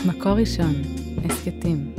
מקור ראשון, הסקטים.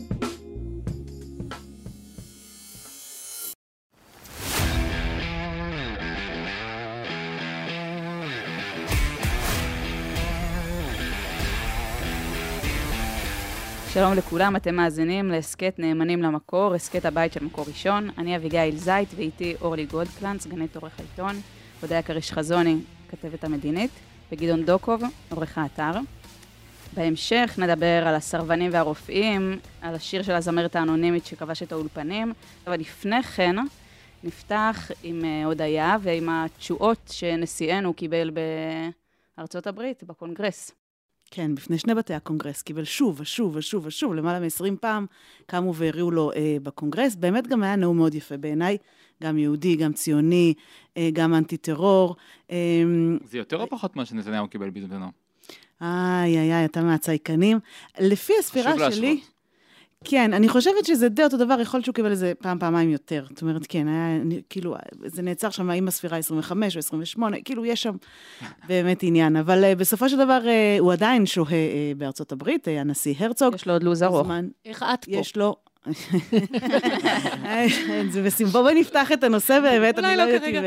שלום לכולם, אתם מאזינים להסקט נאמנים למקור, הסקט הבית של מקור ראשון. אני אביגיל זית ואיתי אורלי גולדקלנץ, סגנית עורך העיתון, הודיה קריש חזוני, כתבת המדינית, וגדעון דוקוב, עורך האתר. בהמשך נדבר על הסרבנים והרופאים, על השיר של הזמרת האנונימית שכבש את האולפנים, אבל לפני כן נפתח עם הודיה ועם התשואות שנשיאנו קיבל בארצות הברית, בקונגרס. כן, בפני שני בתי הקונגרס, קיבל שוב, למעלה מ-20 פעם, קמו והריעו לו בקונגרס. באמת גם היה נאום מאוד יפה בעיניי, גם יהודי, גם ציוני, גם אנטי-טרור. זה יותר או פחות מה שנתניהו קיבל בזמנו? אתה מהצייקנים. לפי הספירה שלי, כן, אני חושבת שזה די אותו דבר, יכול שהוא קיבל איזה פעמיים יותר. זאת אומרת, כן, היה, כאילו, זה נעצר שם עם הספירה 25 או 28, כאילו, יש שם באמת עניין. אבל בסופו של דבר, הוא עדיין שוהה בארצות הברית, הנשיא הרצוג. יש לו עוד לוז ארוך. איך את פה? יש לו... זה בסימבו, בואי נפתח את הנושא באמת. אולי לא כרגע.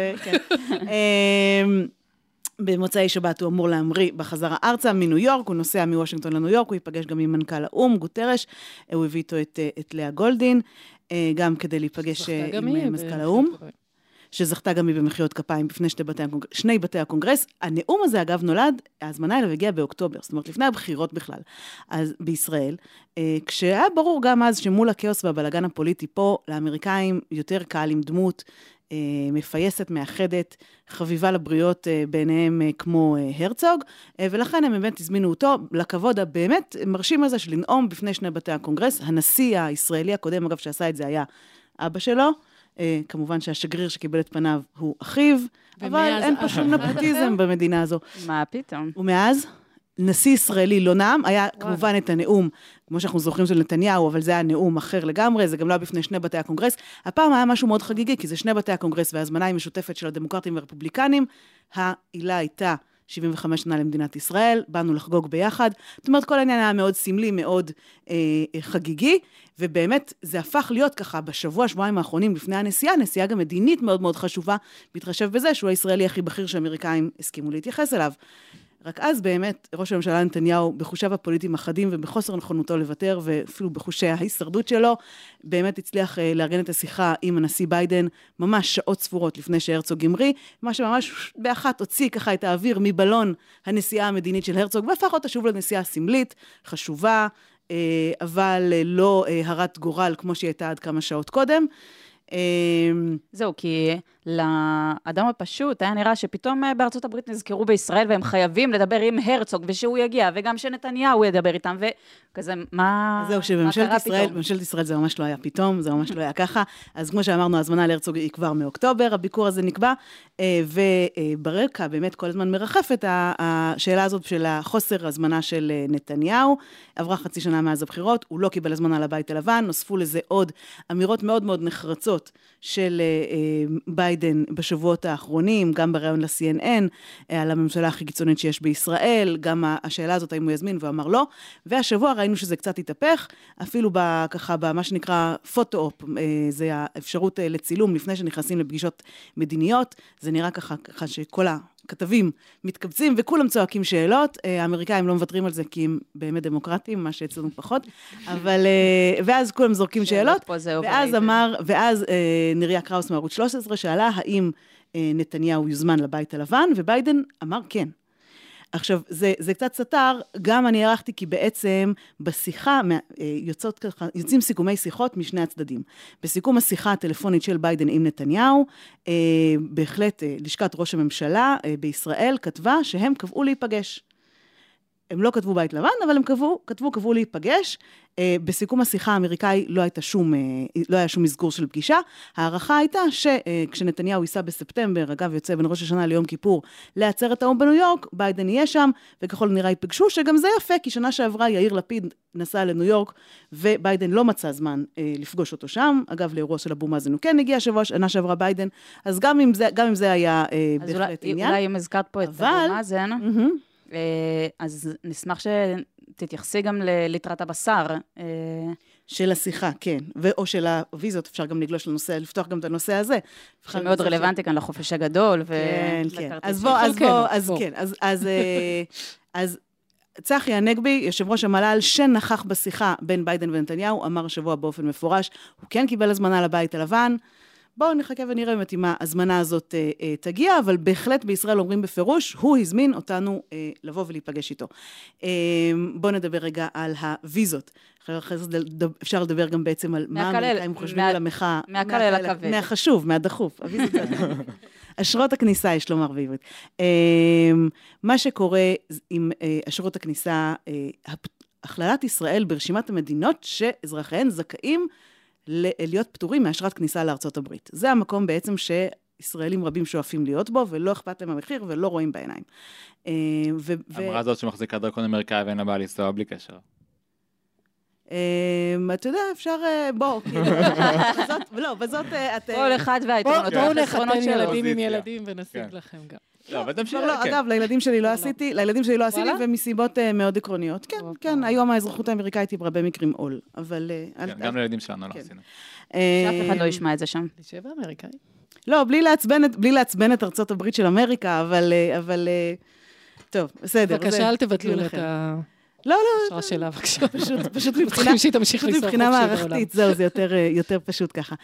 במוצאי שבת הוא אמור להמריא בחזרה ארצה מניו יורק, הוא נוסע מוושינגטון לניו יורק, הוא ייפגש גם עם מנכ"ל האום, גוטרש, הוא הביא איתו את לאה גולדין, גם כדי להיפגש עם מזכ"ל האום, שזכתה גם היא במחיאות כפיים בפני שני בתי הקונגרס. הנאום הזה, אגב, נולד, ההזמנה אליו הגיעה באוקטובר, זאת אומרת, לפני הבחירות בכלל, אז בישראל, כשהיה ברור גם אז שמול הכאוס והבלגן הפוליטי פה, לאמריקאים יותר קל עם דמות, מפייסת, מאחדת, חביבה לבריות ביניהם כמו הרצוג, ולכן הם באמת הזמינו אותו לכבוד הבאמת מרשים הזה של לנאום בפני שני בתי הקונגרס. הנשיא הישראלי הקודם, אגב, שעשה את זה היה אבא שלו, כמובן שהשגריר שקיבל את פניו הוא אחיו, אבל אין פה שום נפוטיזם במדינה הזו. מה פתאום? ומאז נשיא ישראלי לא נאם, היה כמובן את הנאום, כמו שאנחנו זוכרים של נתניהו, אבל זה היה נאום אחר לגמרי, זה גם לא בפני שני בתי הקונגרס. הפעם היה משהו מאוד חגיגי, כי זה שני בתי הקונגרס, וההזמנה היא משותפת של הדמוקרטים והרפובליקנים. העילה הייתה 75 שנה למדינת ישראל, באנו לחגוג ביחד. זאת אומרת, כל העניין היה מאוד סמלי, מאוד חגיגי, ובאמת זה הפך להיות ככה בשבוע-שבועיים האחרונים לפני הנסיעה, נסיעה גם מדינית מאוד מאוד חשובה, בהתחשב בזה שהוא הישראלי הכי בכיר שהאמריקאים הסכימו להתייחס אליו. רק אז באמת ראש הממשלה נתניהו בחושיו הפוליטיים החדים ובחוסר נכונותו לוותר ואפילו בחושי ההישרדות שלו, באמת הצליח לארגן את השיחה עם הנשיא ביידן ממש שעות ספורות לפני שהרצוג המריא, מה שממש באחת הוציא ככה את האוויר מבלון הנסיעה המדינית של הרצוג, והפך אותה שוב לנסיעה סמלית, חשובה, אבל לא הרת גורל כמו שהיא הייתה עד כמה שעות קודם. זהו, כי לאדם הפשוט היה נראה שפתאום בארצות הברית נזכרו בישראל והם חייבים לדבר עם הרצוג ושהוא יגיע וגם שנתניהו ידבר איתם וכזה מה זהו, שבממשלת ישראל זה ממש לא היה פתאום, זה ממש לא היה ככה. אז כמו שאמרנו, הזמנה להרצוג היא כבר מאוקטובר, הביקור הזה נקבע, וברקע באמת כל הזמן מרחפת השאלה הזאת של החוסר הזמנה של נתניהו. עברה חצי שנה מאז הבחירות, הוא לא קיבל הזמנה לבית הלבן, נוספו לזה עוד אמירות מאוד מאוד נחרצות של ביידן בשבועות האחרונים, גם בראיון ל-CNN, על הממשלה הכי קיצונית שיש בישראל, גם השאלה הזאת האם הוא יזמין, והוא אמר לא, והשבוע ראינו שזה קצת התהפך, אפילו ככה במה שנקרא פוטו-אופ, זה האפשרות לצילום לפני שנכנסים לפגישות מדיניות, זה נראה ככה שכל הכתבים מתקבצים וכולם צועקים שאלות, האמריקאים לא מוותרים על זה כי הם באמת דמוקרטים, מה שאצלנו פחות, אבל, ואז כולם זורקים שאלות, ואז נריה קראוס מערוץ 13 שאלה האם נתניהו יוזמן לבית הלבן, וביידן אמר כן. עכשיו, זה קצת סתר, גם אני ערכתי כי בעצם בשיחה יוצאים סיכומי שיחות משני הצדדים. בסיכום השיחה הטלפונית של ביידן עם נתניהו, בהחלט לשכת ראש הממשלה בישראל כתבה שהם קבעו להיפגש. הם לא כתבו בית לבן, אבל הם קבעו להיפגש. בסיכום השיחה האמריקאי לא היה שום מסגור של פגישה. הערכה הייתה שכשנתניהו ייסע בספטמבר, אגב יוצא בין ראש השנה ליום כיפור, לעצרת האום בניו יורק, ביידן יהיה שם, וככל נראה ייפגשו, שגם זה יפה, כי שנה שעברה יאיר לפיד נסע לניו יורק, וביידן לא מצא זמן לפגוש אותו שם. אגב, לאירוע של אבו מאזן הוא כן הגיע שנה שעברה ביידן, אז גם אם זה היה בהחלט עניין. אולי אם הזכרת פה את אבו מאזן, אז נשמח תתייחסי גם לליטרת הבשר. של השיחה, כן. או של הוויזות, אפשר גם לגלוש לנושא, לפתוח גם את הנושא הזה. שמאוד רלוונטי כאן לחופש הגדול. כן, כן. אז צחי הנגבי, יושב ראש המל"ל, שנכח בשיחה בין ביידן ונתניהו, אמר השבוע באופן מפורש, הוא כן קיבל הזמנה לבית הלבן, בואו נחכה ונראה באמת אם ההזמנה הזאת תגיע, אבל בהחלט בישראל אומרים בפירוש, הוא הזמין אותנו לבוא ולהיפגש איתו. בואו נדבר רגע על הוויזות. אחרי זה אפשר לדבר גם בעצם על מה האמריקאים חושבים על המחאה. מהקל אל הכבד. מהחשוב, מהדחוף. אשרות הכניסה, יש לומר בעברית. מה שקורה עם אשרות הכניסה, הכללת ישראל ברשימת המדינות שאזרחיהן זכאים להיות פטורים מאשרת כניסה לארצות הברית. זה המקום בעצם שישראלים רבים שואפים להיות בו, ולא אכפת להם המחיר ולא רואים בעיניים. אמרה זאת שמחזיקה דרכון אמריקאי ואין הבאה לנסוע בלי קשר. אתה יודע, אפשר, בוא, לא, בזאת את... כל אחד והיתרונות. בואו נחתן ילדים עם ילדים ונשיג לכם גם. לא, אגב, לילדים שלי לא עשיתי, ומסיבות מאוד עקרוניות. כן, כן, היום האזרחות האמריקאית היא בהרבה מקרים עול, אבל... גם לילדים שלנו לא עשינו. שאף אחד לא ישמע את זה שם. לשבע אמריקאי? לא, בלי לעצבן את ארצות הברית של אמריקה, אבל... טוב, בסדר. בבקשה, אל תבטלו את ה... לא, השרה שלה, בבקשה. פשוט מבחינה מערכתית, זהו, זה יותר פשוט ככה.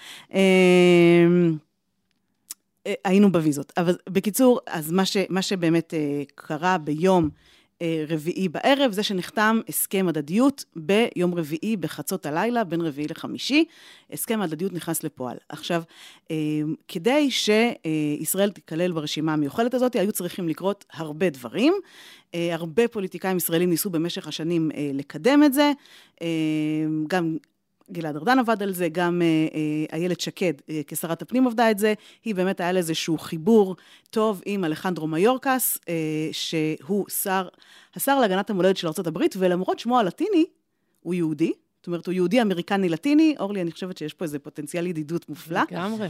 היינו בוויזות. אבל בקיצור, אז מה שבאמת קרה ביום רביעי בערב, זה שנחתם הסכם הדדיות ביום רביעי בחצות הלילה, בין רביעי לחמישי, הסכם הדדיות נכנס לפועל. עכשיו, כדי שישראל תיכלל ברשימה המיוחדת הזאת, היו צריכים לקרות הרבה דברים, הרבה פוליטיקאים ישראלים ניסו במשך השנים לקדם את זה, גם גלעד ארדן עבד על זה, גם איילת שקד כשרת הפנים עבדה את זה, היא באמת היה לאיזשהו חיבור טוב עם אלחנדרו מיורקס, שהוא השר להגנת המולדת של ארצות הברית, ולמרות שמו הלטיני, הוא יהודי, זאת אומרת, הוא יהודי אמריקני לטיני, אורלי, אני חושבת שיש פה איזה פוטנציאל ידידות מופלא. לגמרי.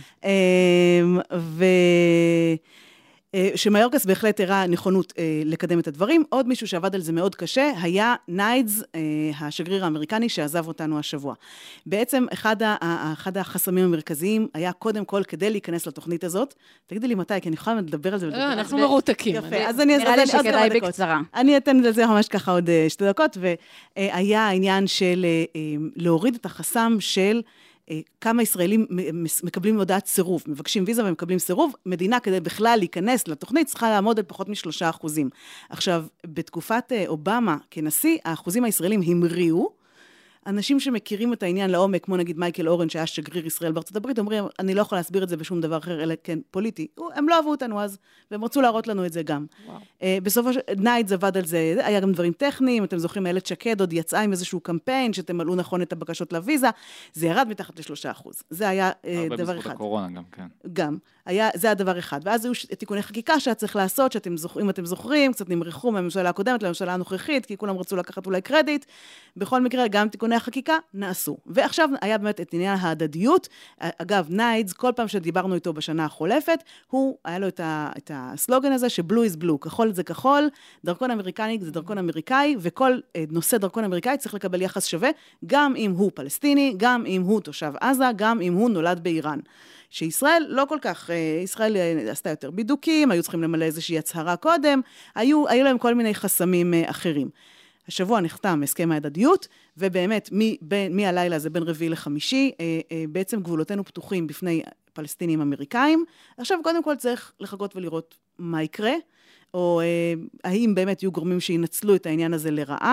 שמיורקס בהחלט הראה נכונות לקדם את הדברים. עוד מישהו שעבד על זה מאוד קשה, היה ניידס, השגריר האמריקני שעזב אותנו השבוע. בעצם אחד החסמים המרכזיים היה קודם כל כדי להיכנס לתוכנית הזאת. תגידי לי מתי, כי אני יכולה לדבר על זה. אנחנו מרותקים. יפה, אז אני נראה לי שכדאי בקצרה. אני אתן לזה ממש ככה עוד 2 דקות, והיה העניין של להוריד את החסם של כמה ישראלים מקבלים הודעת סירוב, מבקשים ויזה ומקבלים סירוב, מדינה כדי בכלל להיכנס לתוכנית צריכה לעמוד על פחות מ3%. עכשיו, בתקופת אובמה כנשיא, האחוזים הישראלים המריאו, אנשים שמכירים את העניין לעומק, כמו נגיד מייקל אורן, שהיה שגריר ישראל בארצות הברית, אומרים, אני לא יכול להסביר את זה בשום דבר אחר, אלא כן, פוליטי. הם לא אהבו אותנו אז, והם רצו להראות לנו את זה גם. בסופו של ניידס עבד על זה, היה גם דברים טכניים, אתם זוכרים, איילת שקד עוד יצאה עם איזשהו קמפיין, שתמלאו נכון את הבקשות לוויזה, זה ירד מתחת ל3%. זה היה דבר אחד. הרבה בזכות הקורונה גם, כן. גם. זה הדבר אחד. ואז היו תיקוני חקיקה שהיה צריך לעשות, אם אתם זוכרים, קצת נמרחו מהממשלה הקודמת לממשלה הנוכחית, כי כולם רצו לקחת אולי קרדיט. בכל מקרה, גם תיקוני החקיקה נעשו. ועכשיו היה באמת את עניין ההדדיות. אגב, ניידס, כל פעם שדיברנו איתו בשנה החולפת, היה לו את הסלוגן הזה, שבלו is blue, כחול זה כחול, דרכון אמריקני זה דרכון אמריקאי, וכל נושא דרכון אמריקאי צריך לקבל יחס שווה, גם אם הוא פלסטיני, גם אם הוא תושב עזה, גם אם הוא נולד באיראן. שישראל לא כל כך, ישראל עשתה יותר בידוקים, היו צריכים למלא איזושהי הצהרה קודם, היו להם כל מיני חסמים אחרים. השבוע נחתם הסכם ההדדיות, ובאמת מהלילה הזה בין רביעי לחמישי, בעצם גבולותינו פתוחים בפני פלסטינים אמריקאים. עכשיו קודם כל צריך לחכות ולראות מה יקרה, או האם באמת יהיו גורמים שינצלו את העניין הזה לרעה.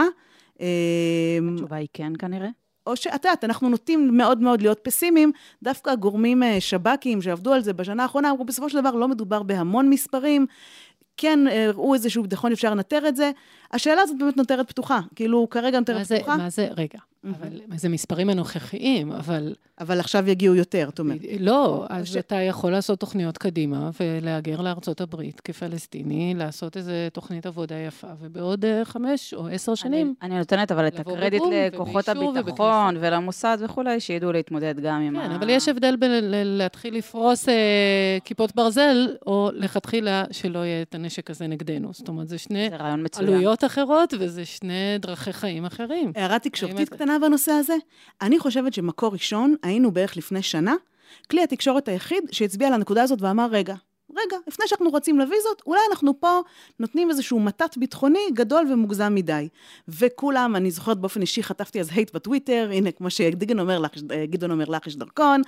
התשובה היא כן כנראה. או שאת, אנחנו נוטים מאוד מאוד להיות פסימיים, דווקא גורמים שב"כים שעבדו על זה בשנה האחרונה, אמרו בסופו של דבר לא מדובר בהמון מספרים, כן, ראו איזשהו ביטחון, אפשר לנטר את זה. השאלה הזאת באמת נותרת פתוחה, כאילו כרגע נותרת פתוחה. מה זה, רגע, אבל זה מספרים הנוכחיים, אבל עכשיו יגיעו יותר, זאת אומרת. לא, אז אתה יכול לעשות תוכניות קדימה, ולהגר לארצות הברית כפלסטיני, לעשות איזו תוכנית עבודה יפה, ובעוד 5 או 10 שנים. אני נותנת אבל את הקרדיט לכוחות הביטחון ולמוסד וכולי, שידעו להתמודד גם עם כן, אבל יש הבדל בין להתחיל לפרוס כיפות ברזל, או לכתחילה שלא יהיה את הנשק הזה נגדנו. זאת אומרת, זה שני עלויות אחרות, וזה שני דרכי חיים אחרים. הערה תקשורתית קטנה בנושא הזה. אני חושבת שמקור ראשון, היינו בערך לפני שנה, כלי התקשורת היחיד שהצביע על הנקודה הזאת ואמר, רגע, לפני שאנחנו רוצים לוויזות, אולי אנחנו פה נותנים איזשהו מתת ביטחוני גדול ומוגזם מדי. וכולם, אני זוכרת באופן אישי, חטפתי אז הייט בטוויטר, הנה, כמו שגדעון אומר לך, יש דרכון,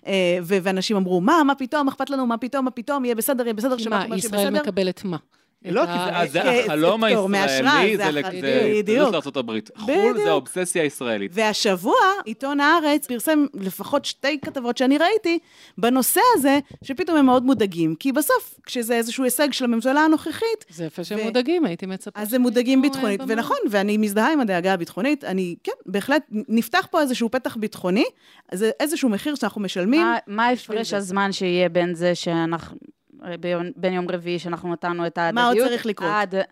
ואנשים אמרו, מה פתאום, אכפת לנו, מה פתאום, יהיה בסדר, מה, ישראל מקבלת מה? לא, כי זה החלום הישראלי, זה לזוז לארצות הברית. חול זה האובססיה הישראלית. והשבוע, עיתון הארץ פרסם לפחות 2 כתבות שאני ראיתי, בנושא הזה, שפתאום הם מאוד מודאגים. כי בסוף, כשזה איזשהו הישג של הממשלה הנוכחית... זה יפה שהם מודאגים, הייתי מצפה. אז הם מודאגים ביטחונית, ונכון, ואני מזדהה עם הדאגה הביטחונית, כן, בהחלט, נפתח פה איזשהו פתח ביטחוני, זה איזשהו מחיר שאנחנו משלמים. מה הפרש הזמן שיהיה בין זה שאנחנו... בין יום רביעי שאנחנו נתנו את ההדדיות. מה עוד צריך לקרות?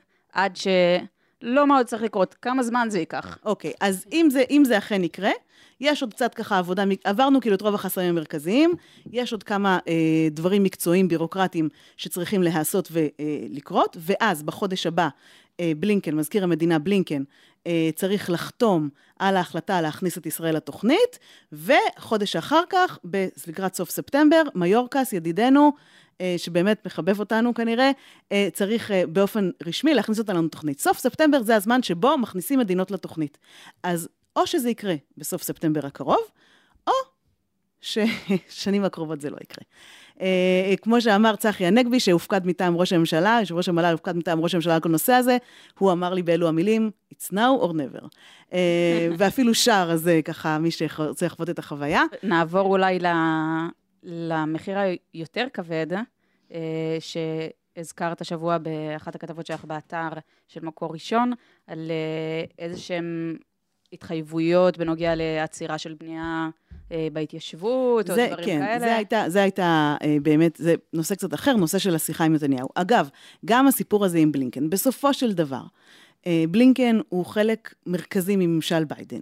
עד לא מה עוד צריך לקרות, כמה זמן זה ייקח. אוקיי, אז אם זה אכן יקרה, יש עוד קצת ככה עבודה, עברנו כאילו את רוב החסמים המרכזיים, יש עוד כמה דברים מקצועיים, בירוקרטיים, שצריכים להעשות ולקרות, ואז בחודש הבא, בלינקן, מזכיר המדינה בלינקן, צריך לחתום על ההחלטה להכניס את ישראל לתוכנית, וחודש אחר כך, לקראת סוף ספטמבר, מיורקס, ידידנו, שבאמת מחבב אותנו כנראה, צריך באופן רשמי להכניס אותנו לתוכנית. סוף ספטמבר זה הזמן שבו מכניסים מדינות לתוכנית. אז או שזה יקרה בסוף ספטמבר הקרוב, או ששנים הקרובות זה לא יקרה. כמו שאמר צחי הנגבי, שהופקד מטעם ראש הממשלה, יושב ראש המל"ל הופקד מטעם ראש הממשלה על כל נושא הזה, הוא אמר לי באלו המילים, it's now or never. ואפילו שר, אז ככה מי שרוצה לחוות את החוויה. נעבור אולי למחיר היותר כבד, שהזכרת השבוע באחת הכתבות שלך באתר של מקור ראשון, על איזשהם התחייבויות בנוגע לעצירה של בנייה בהתיישבות, או דברים כאלה. זה הייתה באמת, זה נושא קצת אחר, נושא של השיחה עם נתניהו. אגב, גם הסיפור הזה עם בלינקן, בסופו של דבר, בלינקן הוא חלק מרכזי מממשל ביידן,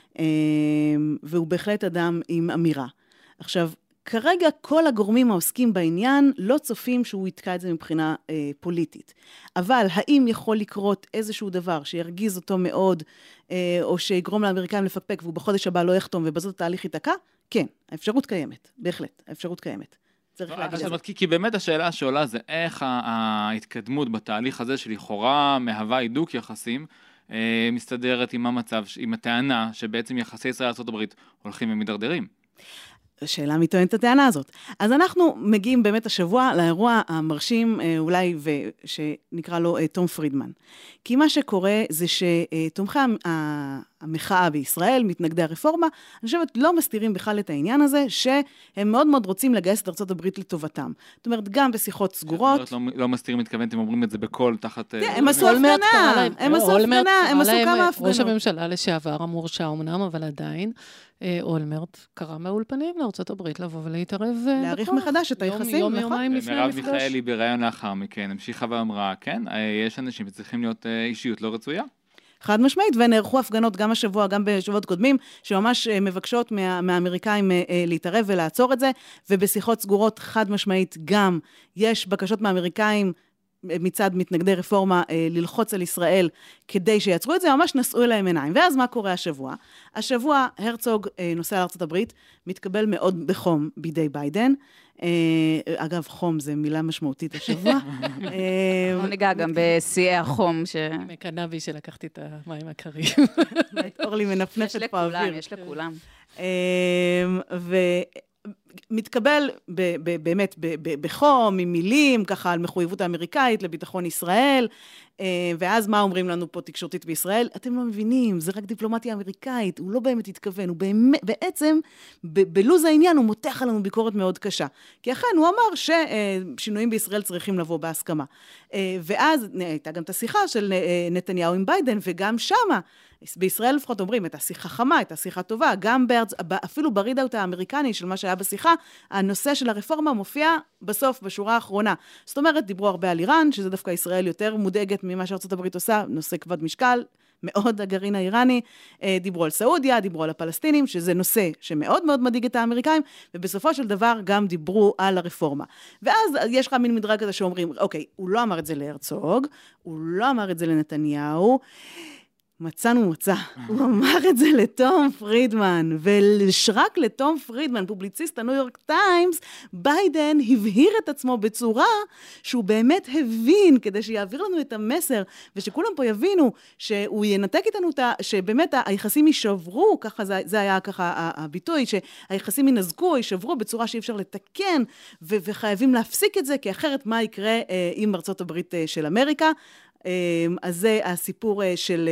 והוא בהחלט אדם עם אמירה. עכשיו, כרגע כל הגורמים העוסקים בעניין לא צופים שהוא יתקע את זה מבחינה פוליטית. אבל האם יכול לקרות איזשהו דבר שירגיז אותו מאוד, או שיגרום לאמריקאים לפקפק, והוא בחודש הבא לא יחתום ובזאת התהליך ייתקע? כן, האפשרות קיימת, בהחלט, האפשרות קיימת. צריך להגיד את זה. כי באמת השאלה שעולה זה איך ההתקדמות בתהליך הזה שלכאורה מהווה הידוק יחסים, מסתדרת עם המצב, עם הטענה שבעצם יחסי ישראל לארצות הברית הולכים ומתדרדרים. שאלה מי טוען את הטענה הזאת. אז אנחנו מגיעים באמת השבוע לאירוע המרשים אולי שנקרא לו תום פרידמן. כי מה שקורה זה שתומכי המחאה בישראל, מתנגדי הרפורמה, אני חושבת לא מסתירים בכלל את העניין הזה, שהם מאוד מאוד רוצים לגייס את ארצות הברית לטובתם. זאת אומרת, גם בשיחות סגורות. לא מסתירים, מתכוונתם, אומרים את זה בקול תחת... הם עשו הפגנה, הם עשו כמה הפגנות. ראש הממשלה לשעבר המורשע אמנם, אבל עדיין, אולמרט קרא מהאולפנים לארצות הברית לבוא ולהתערב. להעריך מחדש את היחסים, נכון? מרב מיכאלי בראיון לאחר מכן, המשיכה ואמרה, כן, יש אנשים שצריכים להיות אישיות לא רצויה. חד משמעית, ונערכו הפגנות גם השבוע, גם בשבועות קודמים, שממש מבקשות מהאמריקאים להתערב ולעצור את זה, ובשיחות סגורות חד משמעית גם יש בקשות מהאמריקאים מצד מתנגדי רפורמה ללחוץ על ישראל כדי שיצרו את זה, ממש נשאו אליהם עיניים. ואז מה קורה השבוע? השבוע הרצוג נוסע לארצות הברית, מתקבל מאוד בחום בידי ביידן. אגב, חום זה מילה משמעותית השבוע. לא ניגע גם בשיאי החום. מקנבי שלקחתי את המים הקרים. אורלי מנפנפת פה אוויר. יש לכולם. מתקבל באמת בחום, עם מילים, ככה על מחויבות האמריקאית לביטחון ישראל, ואז מה אומרים לנו פה תקשורתית בישראל? אתם לא מבינים, זה רק דיפלומטיה אמריקאית, הוא לא באמת התכוון, הוא בעצם, בלוז העניין הוא מותח עלינו ביקורת מאוד קשה. כי אכן הוא אמר ששינויים בישראל צריכים לבוא בהסכמה. ואז הייתה גם את השיחה של נתניהו עם ביידן, וגם שמה, בישראל לפחות אומרים, את השיחה חמה, את השיחה טובה, גם אפילו ברידאוט האמריקני של מה שהיה בשיחה, הנושא של הרפורמה מופיע בסוף, בשורה האחרונה. זאת אומרת, דיברו הרבה על איראן, שזה דווקא ישראל יותר מודאגת ממה שארצות הברית עושה, נושא כבד משקל, מאוד הגרעין האיראני, דיברו על סעודיה, דיברו על הפלסטינים, שזה נושא שמאוד מאוד מדאיג את האמריקאים, ובסופו של דבר גם דיברו על הרפורמה. ואז יש לך מין מדרג כזה שאומרים, אוקיי, הוא לא אמר את זה להרצוג, הוא לא אמר את זה לנתניהו, מצאנו מוצא. הוא אמר את זה לתום פרידמן, ולשרק לתום פרידמן, פובליציסט הניו יורק טיימס, ביידן הבהיר את עצמו בצורה שהוא באמת הבין, כדי שיעביר לנו את המסר, ושכולם פה יבינו שהוא ינתק איתנו, שבאמת היחסים יישברו, ככה זה היה ככה הביטוי, שהיחסים ינזקו, יישברו בצורה שאי אפשר לתקן, וחייבים להפסיק את זה, כי אחרת מה יקרה עם ארצות הברית של אמריקה, אז זה הסיפור של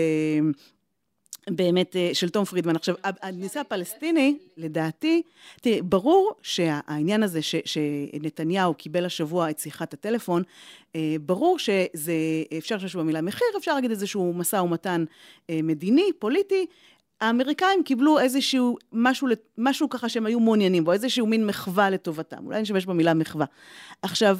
באמת של תום פרידמן. עכשיו, הנושא הפלסטיני, לדעתי, ברור שהעניין הזה שנתניהו קיבל השבוע את שיחת הטלפון, ברור שזה, אפשר לשמוע במילה מחיר, אפשר להגיד איזשהו משא ומתן מדיני, פוליטי, האמריקאים קיבלו איזשהו משהו ככה שהם היו מעוניינים בו, איזשהו מין מחווה לטובתם, אולי נשמש במילה מחווה. עכשיו,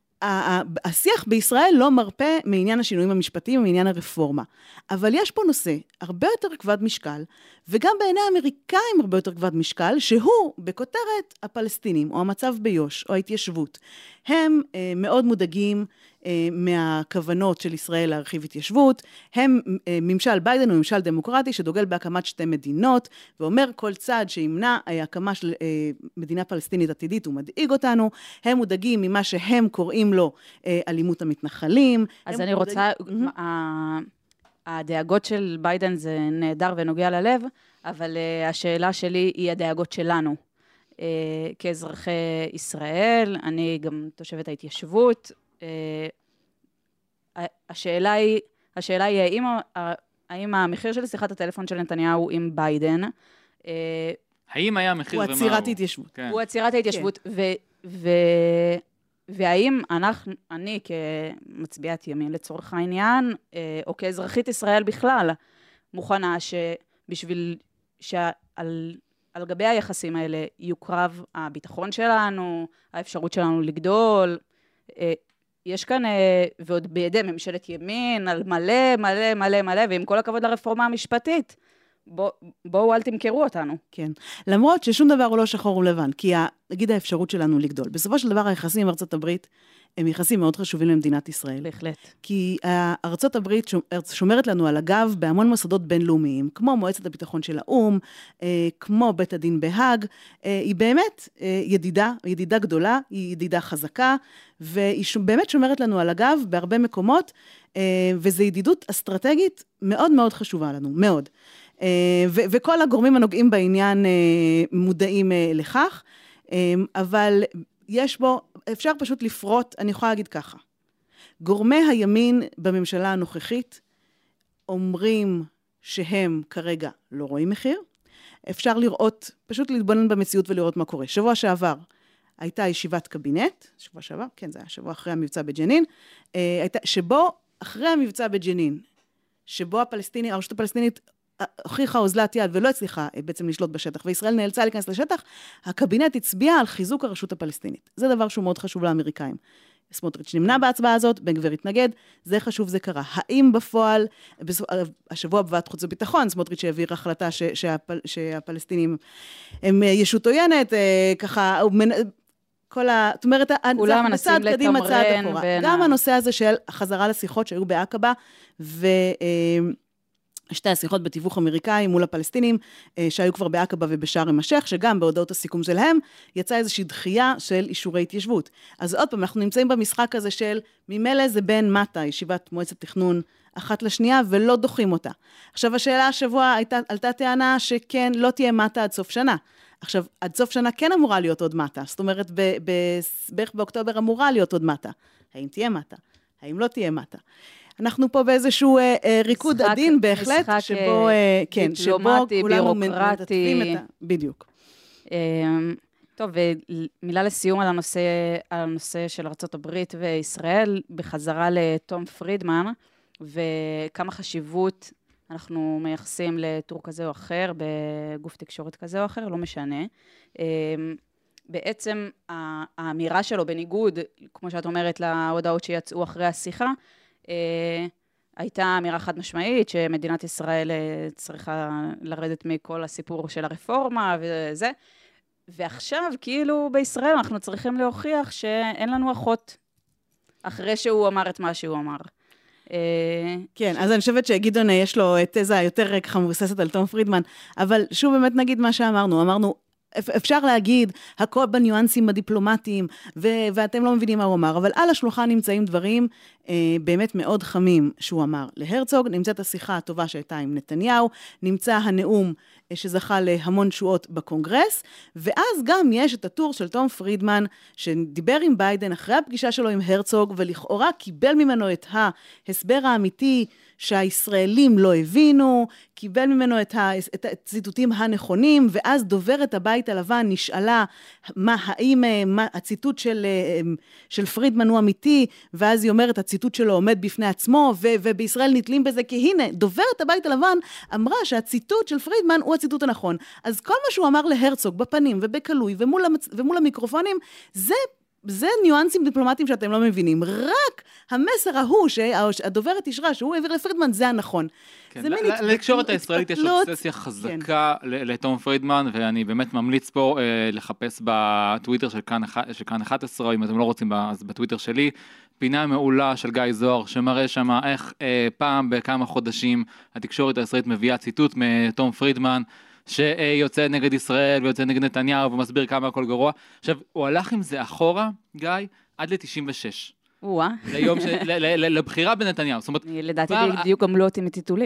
השיח בישראל לא מרפא מעניין השינויים המשפטיים ומעניין הרפורמה. אבל יש פה נושא הרבה יותר כבד משקל, וגם בעיני האמריקאים הרבה יותר כבד משקל, שהוא בכותרת הפלסטינים, או המצב ביו"ש, או ההתיישבות. הם מאוד מודאגים מהכוונות של ישראל להרחיב התיישבות, הם ממשל ביידן הוא ממשל דמוקרטי שדוגל בהקמת שתי מדינות, ואומר כל צעד שימנע הקמה של מדינה פלסטינית עתידית הוא מדאיג אותנו, הם מודאגים ממה שהם קוראים לו אלימות המתנחלים. אז אני רוצה, הדאגות של ביידן זה נהדר ונוגע ללב, אבל השאלה שלי היא הדאגות שלנו. כאזרחי ישראל, אני גם תושבת ההתיישבות, השאלה היא האם המחיר של שיחת הטלפון של נתניהו עם ביידן, האם היה מחיר ומה הוא? הוא עצירת התיישבות. הוא עצירת ההתיישבות, והאם אני כמצביעת ימין לצורך העניין, או כאזרחית ישראל בכלל, מוכנה שבשביל על גבי היחסים האלה יוקרב הביטחון שלנו, האפשרות שלנו לגדול, יש כאן, ועוד בידי ממשלת ימין, על מלא, מלא, מלא, מלא, ועם כל הכבוד לרפורמה המשפטית, בואו אל תמכרו אותנו. כן. למרות ששום דבר הוא לא שחור ולבן, כי נגיד האפשרות שלנו לגדול. בסופו של דבר היחסים עם ארצות הברית, הם יחסים מאוד חשובים למדינת ישראל. בהחלט. כי ארצות הברית שומרת לנו על הגב בהמון מוסדות בינלאומיים, כמו מועצת הביטחון של האו"ם, כמו בית הדין בהאג, היא באמת ידידה גדולה, היא ידידה חזקה, והיא באמת שומרת לנו על הגב בהרבה מקומות, וזו ידידות אסטרטגית מאוד מאוד חשובה לנו, מאוד. וכל הגורמים הנוגעים בעניין מודעים לכך, אבל יש בו, אפשר פשוט לפרוט, אני יכולה להגיד ככה, גורמי הימין בממשלה הנוכחית אומרים שהם כרגע לא רואים מחיר, אפשר לראות, פשוט להתבונן במציאות ולראות מה קורה. שבוע שעבר הייתה ישיבת קבינט, שבוע שעבר, כן זה היה שבוע אחרי המבצע בג'נין, שבו אחרי המבצע בג'נין, שבו הרשות הפלסטינית הוכיחה אוזלת יד ולא הצליחה בעצם לשלוט בשטח, וישראל נאלצה להיכנס לשטח, הקבינט הצביע על חיזוק הרשות הפלסטינית. זה דבר שהוא מאוד חשוב לאמריקאים. סמוטריץ' נמנע בהצבעה הזאת, בן גביר התנגד, זה חשוב, זה קרה. האם בפועל, השבוע בוועדת חוץ וביטחון, סמוטריץ' העביר החלטה שהפלסטינים הם ישות עוינת, ככה, זאת אומרת, כולם מנסים לתמרן. גם הנושא הזה של חזרה לשיחות שהיו בעקבה, שתי השיחות בתיווך אמריקאי מול הפלסטינים, שהיו כבר בעקבה ובשארם א-שייח, שגם בהודעות הסיכום שלהם, יצאה איזושהי דחייה של אישורי התיישבות. אז עוד פעם, אנחנו נמצאים במשחק הזה של, ממילא זה בין מטה, ישיבת מועצת תכנון אחת לשנייה, ולא דוחים אותה. עכשיו, השאלה השבוע עלתה טענה שכן, לא תהיה מטה עד סוף שנה. עכשיו, עד סוף שנה כן אמורה להיות עוד מטה, זאת אומרת, בערך באוקטובר אמורה להיות עוד מטה. האם תהיה מטה? האם לא תהיה מטה? אנחנו פה באיזשהו ריקוד עדין בהחלט, שבו, כן, שבו כולנו מנתפים את בדיוק. טוב, ומילה לסיום על הנושא של ארצות הברית וישראל, בחזרה לתום פרידמן, וכמה חשיבות אנחנו מייחסים לטור כזה או אחר, בגוף תקשורת כזה או אחר, לא משנה. בעצם האמירה שלו בניגוד, כמו שאת אומרת, להודעות שיצאו אחרי השיחה, הייתה אמירה חד משמעית שמדינת ישראל צריכה לרדת מכל הסיפור של הרפורמה וזה, ועכשיו כאילו בישראל אנחנו צריכים להוכיח שאין לנו אחות, אחרי שהוא אמר את מה שהוא אמר. כן, אז אני חושבת שגדעון יש לו תזה יותר ככה מבוססת על תום פרידמן, אבל שוב באמת נגיד מה שאמרנו, אפשר להגיד הכל בניואנסים הדיפלומטיים, ואתם לא מבינים מה הוא אמר, אבל על השלוחה נמצאים דברים באמת מאוד חמים שהוא אמר להרצוג, נמצאת השיחה הטובה שהייתה עם נתניהו, נמצא הנאום שזכה להמון תשואות בקונגרס, ואז גם יש את הטור של תום פרידמן, שדיבר עם ביידן אחרי הפגישה שלו עם הרצוג, ולכאורה קיבל ממנו את ההסבר האמיתי שהישראלים לא הבינו, קיבל ממנו את הציטוטים הנכונים, ואז דוברת הבית הלבן נשאלה האם הציטוט של פרידמן הוא אמיתי, ואז היא אומרת, הציטוט שלו עומד בפני עצמו, ובישראל נתלים בזה, כי הנה, דוברת הבית הלבן אמרה שהציטוט של פרידמן הוא הציטוט הנכון. אז כל מה שהוא אמר להרצוג בפנים ובקלוי ומול המיקרופונים, זה ניואנסים דיפלומטיים שאתם לא מבינים. רק המסר ההוא שהדוברת ישרה, שהוא העביר לפרידמן, זה הנכון. לתקשורת הישראלית יש אובססיה חזקה לתום פרידמן, ואני באמת ממליץ פה לחפש בטוויטר של כאן 11, אם אתם לא רוצים, אז בטוויטר שלי, פינה מעולה של גיא זוהר, שמראה שם איך פעם בכמה חודשים התקשורת הישראלית מביאה ציטוט מתום פרידמן, שיוצא נגד ישראל ויוצא נגד נתניהו ומסביר כמה הכל גרוע. עכשיו, הוא הלך עם זה אחורה, גיא, עד ל-96. ליום לבחירה בנתניהו. לדעתי בדיוק גם לא אותי מטיטולים.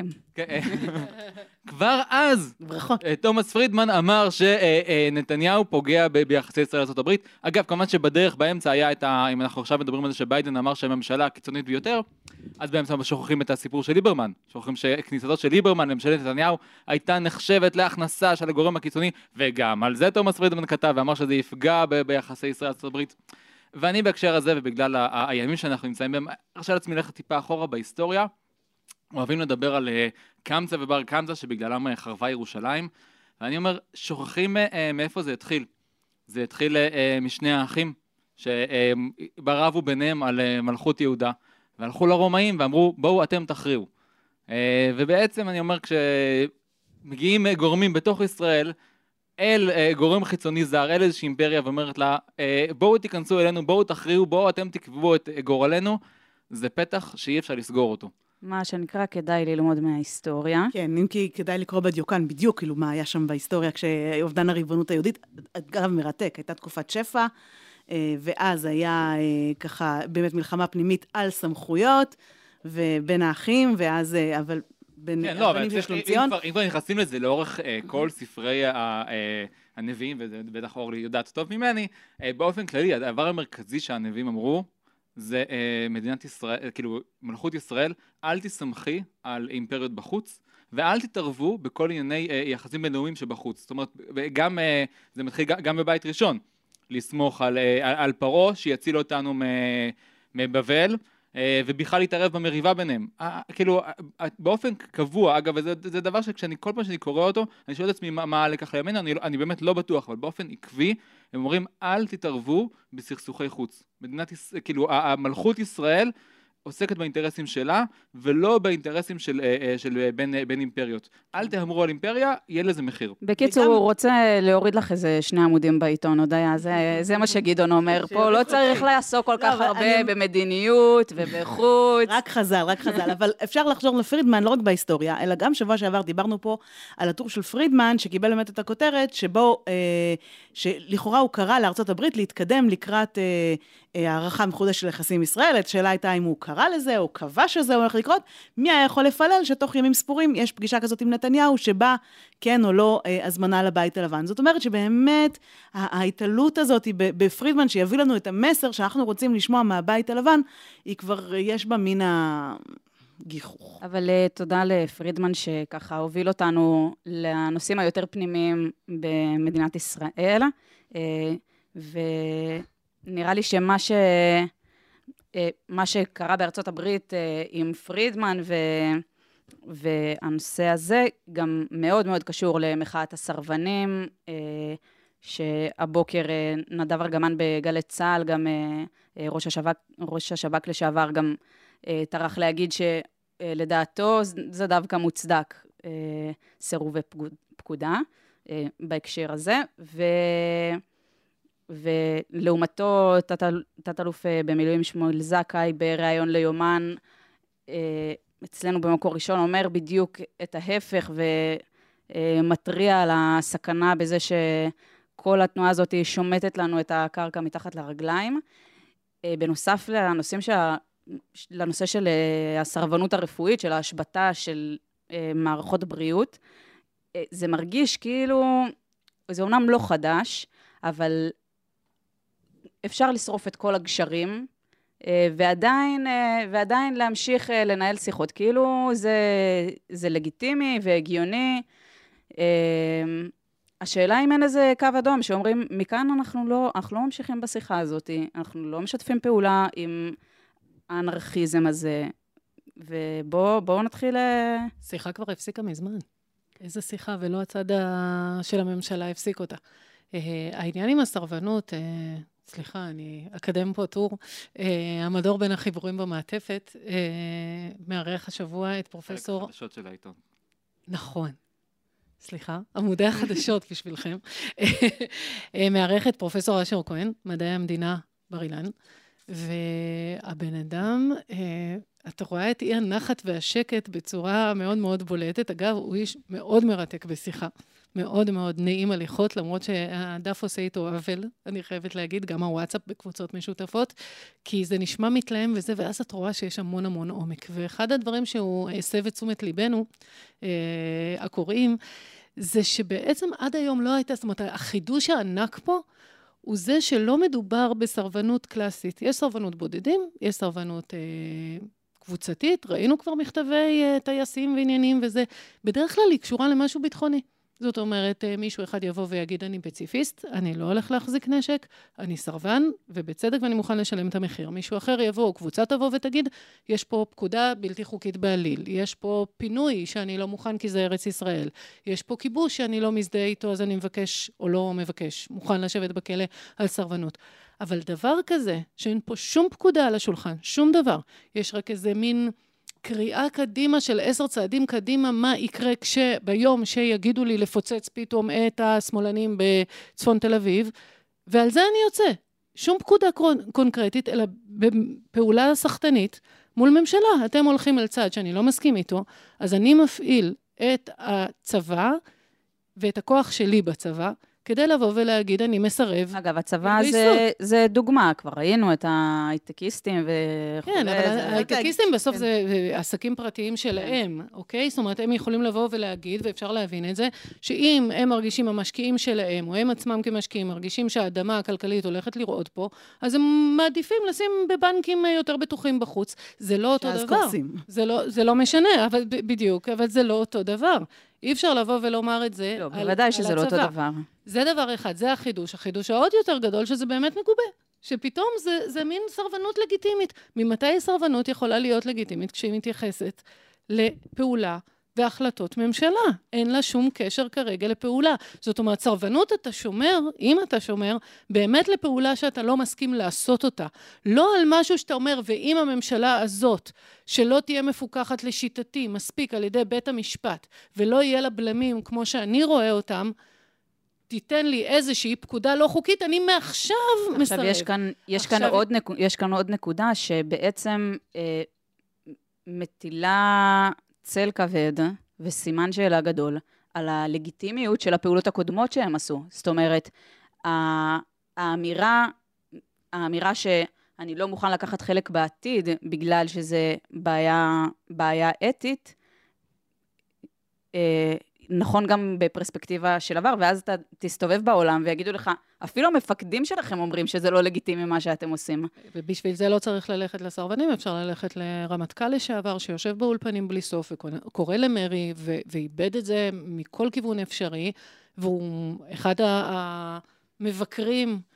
כבר אז, תומאס פרידמן אמר שנתניהו פוגע ביחסי ישראל לארצות הברית. אגב, כמובן שבדרך באמצע היה אם אנחנו עכשיו מדברים על זה שביידן אמר שהממשלה הקיצונית ביותר, אז באמצע שוכחים את הסיפור של ליברמן. שוכחים שכניסתו של ליברמן לממשלת נתניהו הייתה נחשבת להכנסה של הגורם הקיצוני, וגם על זה תומאס פרידמן כתב ואמר שזה יפגע ביחסי ישראל לארצות הברית. ואני בהקשר הזה, ובגלל הימים שאנחנו נמצאים בהם, הרשה לעצמי ללכת טיפה אחורה בהיסטוריה, אוהבים לדבר על קמצא ובר קמצא, שבגללם חרבה ירושלים, ואני אומר, שוכחים מאיפה זה התחיל. זה התחיל משני האחים, שברבו ביניהם על מלכות יהודה, והלכו לרומאים ואמרו, בואו אתם תכריעו. ובעצם אני אומר, כשמגיעים גורמים בתוך ישראל, אל גורם חיצוני זר, אל איזושהי אימפריה, ואומרת לה, בואו תיכנסו אלינו, בואו תכריעו, בואו אתם תקבעו את גורלנו, זה פתח שאי אפשר לסגור אותו. מה שנקרא, כדאי ללמוד מההיסטוריה. כן, אם כי כדאי לקרוא בדיוקן בדיוק, כאילו מה היה שם בהיסטוריה, כשאובדן הריבונות היהודית, אגב מרתק, הייתה תקופת שפע, ואז היה ככה באמת מלחמה פנימית על סמכויות, ובין האחים, ואז, אבל כן, לא, אבל אם כבר נכנסים לזה לאורך כל ספרי הנביאים, ובטח אורלי יודעת טוב ממני, באופן כללי, הדבר המרכזי שהנביאים אמרו, זה מדינת ישראל, כאילו מלכות ישראל, אל תסמכי על אימפריות בחוץ, ואל תתערבו בכל ענייני יחסים בינלאומיים שבחוץ. זאת אומרת, גם, זה מתחיל גם בבית ראשון, לסמוך על פרעה שיציל אותנו מבבל, ובכלל להתערב במריבה ביניהם. כאילו, באופן קבוע, אגב, זה דבר כל פעם שאני קורא אותו, אני שואל את עצמי מה הלקח לימינו, אני באמת לא בטוח, אבל באופן עקבי, הם אומרים, אל תתערבו בסכסוכי חוץ. כאילו, המלכות ישראל עוסקת באינטרסים שלה, ולא באינטרסים של בין אימפריות. אל תאמרו על אימפריה, יהיה לזה מחיר. בקיצור, הוא רוצה להוריד לך איזה 2 עמודים בעיתון, הודיה, זה מה שגדעון אומר פה, לא צריך לעסוק כל כך הרבה במדיניות ובחוץ. רק חז"ל, אבל אפשר לחזור לפרידמן, לא רק בהיסטוריה, אלא גם שבוע שעבר דיברנו פה על הטור של פרידמן, שקיבל באמת את הכותרת, שבו, שלכאורה הוא קרא לארצות הברית להתקדם לקראת הערכה מחודשת של יחסים עם ישראל. השאלה הייתה אם הוא קרא לזה, או קבע שזה הולך לקרות, מי היה יכול לפלל שתוך ימים ספורים יש פגישה כזאת עם נתניהו, שבה כן או לא הזמנה לבית הלבן. זאת אומרת שבאמת ההתעלות הזאת בפרידמן, שיביא לנו את המסר שאנחנו רוצים לשמוע מהבית הלבן, היא כבר יש בה מן הגיחוך. אבל תודה לפרידמן שככה הוביל אותנו לנושאים היותר פנימיים במדינת ישראל, ונראה לי מה שקרה בארצות הברית עם פרידמן והנושא הזה גם מאוד מאוד קשור למחאת הסרבנים, שהבוקר נדב ארגמן בגלי צה"ל, גם ראש השב"כ לשעבר גם טרח להגיד שלדעתו זה דווקא מוצדק סירובי פקודה בהקשר הזה, ולעומתו תת-אלוף במילואים שמואל זכאי בראיון ליומן אצלנו במקור ראשון אומר בדיוק את ההפך ומטריע על הסכנה בזה שכל התנועה הזאת שומטת לנו את הקרקע מתחת לרגליים. בנוסף לנושא של הסרבנות הרפואית, של ההשבתה של מערכות בריאות, זה מרגיש כאילו, זה אומנם לא חדש, אבל אפשר לשרוף את כל הגשרים, ועדיין להמשיך לנהל שיחות. כאילו זה לגיטימי והגיוני. השאלה אם אין איזה קו אדום, שאומרים, מכאן אנחנו לא ממשיכים בשיחה הזאת, אנחנו לא משתפים פעולה עם האנרכיזם הזה, ובואו נתחיל... שיחה כבר הפסיקה מזמן. איזה שיחה, ולא הצד של הממשלה הפסיק אותה. העניין עם הסרבנות, סליחה, אני אקדם פה טור, המדור בין החיבורים במעטפת, מערך השבוע את פרופסור... חלק חדשות של העיתון. נכון. סליחה, עמודי החדשות בשבילכם. מערכת פרופסור אשר כהן, מדעי המדינה בר אילן, והבן אדם, אתה רואה את אי הנחת והשקט בצורה מאוד מאוד בולטת. אגב, הוא איש מאוד מרתק בשיחה, מאוד מאוד נעים הליכות, למרות שהדף עושה איתו עוול, אני חייבת להגיד, גם הוואטסאפ בקבוצות משותפות, כי זה נשמע מתלהם וזה, ואז את רואה שיש המון המון עומק. ואחד הדברים שהוא הסב את תשומת ליבנו, הקוראים, זה שבעצם עד היום לא הייתה, זאת אומרת, החידוש הענק פה, הוא זה שלא מדובר בסרבנות קלאסית. יש סרבנות בודדים, יש סרבנות קבוצתית, ראינו כבר מכתבי טייסים ועניינים וזה, בדרך כלל היא קשורה למשהו ביטחוני. זאת אומרת, מישהו אחד יבוא ויגיד, אני פציפיסט, אני לא הולך להחזיק נשק, אני סרבן, ובצדק ואני מוכן לשלם את המחיר. מישהו אחר יבוא, קבוצה תבוא ותגיד, יש פה פקודה בלתי חוקית בעליל, יש פה פינוי שאני לא מוכן כי זה ארץ ישראל, יש פה כיבוש שאני לא מזדהה איתו, אז אני מבקש או לא מבקש, מוכן לשבת בכלא על סרבנות. אבל דבר כזה, שאין פה שום פקודה על השולחן, שום דבר, יש רק איזה מין... קריאה קדימה של 10 צעדים קדימה, מה יקרה ביום שיגידו לי לפוצץ פתאום את השמאלנים בצפון תל אביב, ועל זה אני יוצא. שום פקודה קונקרטית, אלא בפעולה סחטנית מול ממשלה. אתם הולכים על צעד שאני לא מסכים איתו, אז אני מפעיל את הצבא ואת הכוח שלי בצבא, כדי לבוא ולהגיד, אני מסרב. אגב, הצבא זה דוגמה, כבר ראינו את ההייטקיסטים וכו'. כן, אבל ההייטקיסטים בסוף זה עסקים פרטיים שלהם, אוקיי? זאת אומרת, הם יכולים לבוא ולהגיד, ואפשר להבין את זה, שאם הם מרגישים המשקיעים שלהם, או הם עצמם כמשקיעים, מרגישים שהאדמה הכלכלית הולכת לראות פה, אז הם מעדיפים לשים בבנקים יותר בטוחים בחוץ. זה לא אותו דבר. זה לא משנה, אבל בדיוק, אבל זה לא אותו דבר. אי אפשר לבוא ולומר את זה על הצבא. בוודאי שזה לא אותו דבר. זה דבר אחד, זה החידוש. החידוש העוד יותר גדול, שזה באמת מגובה. שפתאום זה מין סרבנות לגיטימית. ממתי סרבנות יכולה להיות לגיטימית כשהיא מתייחסת לפעולה והחלטות ממשלה. אין לה שום קשר כרגע לפעולה. זאת אומרת, סרבנות אתה שומר, אם אתה שומר, באמת לפעולה שאתה לא מסכים לעשות אותה. לא על משהו שאתה אומר, ואם הממשלה הזאת, שלא תהיה מפוקחת לשיטתי, מספיק על ידי בית המשפט, ולא יהיה לה בלמים כמו שאני רואה אותם, תיתן לי איזושהי פקודה לא חוקית, אני מעכשיו מסרב. עכשיו, יש כאן עוד נקודה שבעצם מטילה צל כבד וסימן שאלה גדול על הלגיטימיות של הפעולות הקודמות שהם עשו. זאת אומרת, האמירה שאני לא מוכן לקחת חלק בעתיד בגלל שזה בעיה אתית, נכון גם בפרספקטיבה של עבר, ואז אתה תסתובב בעולם ויגידו לך, אפילו המפקדים שלכם אומרים שזה לא לגיטימי מה שאתם עושים. ובשביל זה לא צריך ללכת לסרבנים, אפשר ללכת לרמטכ"ל לשעבר, שיושב באולפנים בלי סוף, וקורא למרי, ואיבד את זה מכל כיוון אפשרי, והוא אחד המבקרים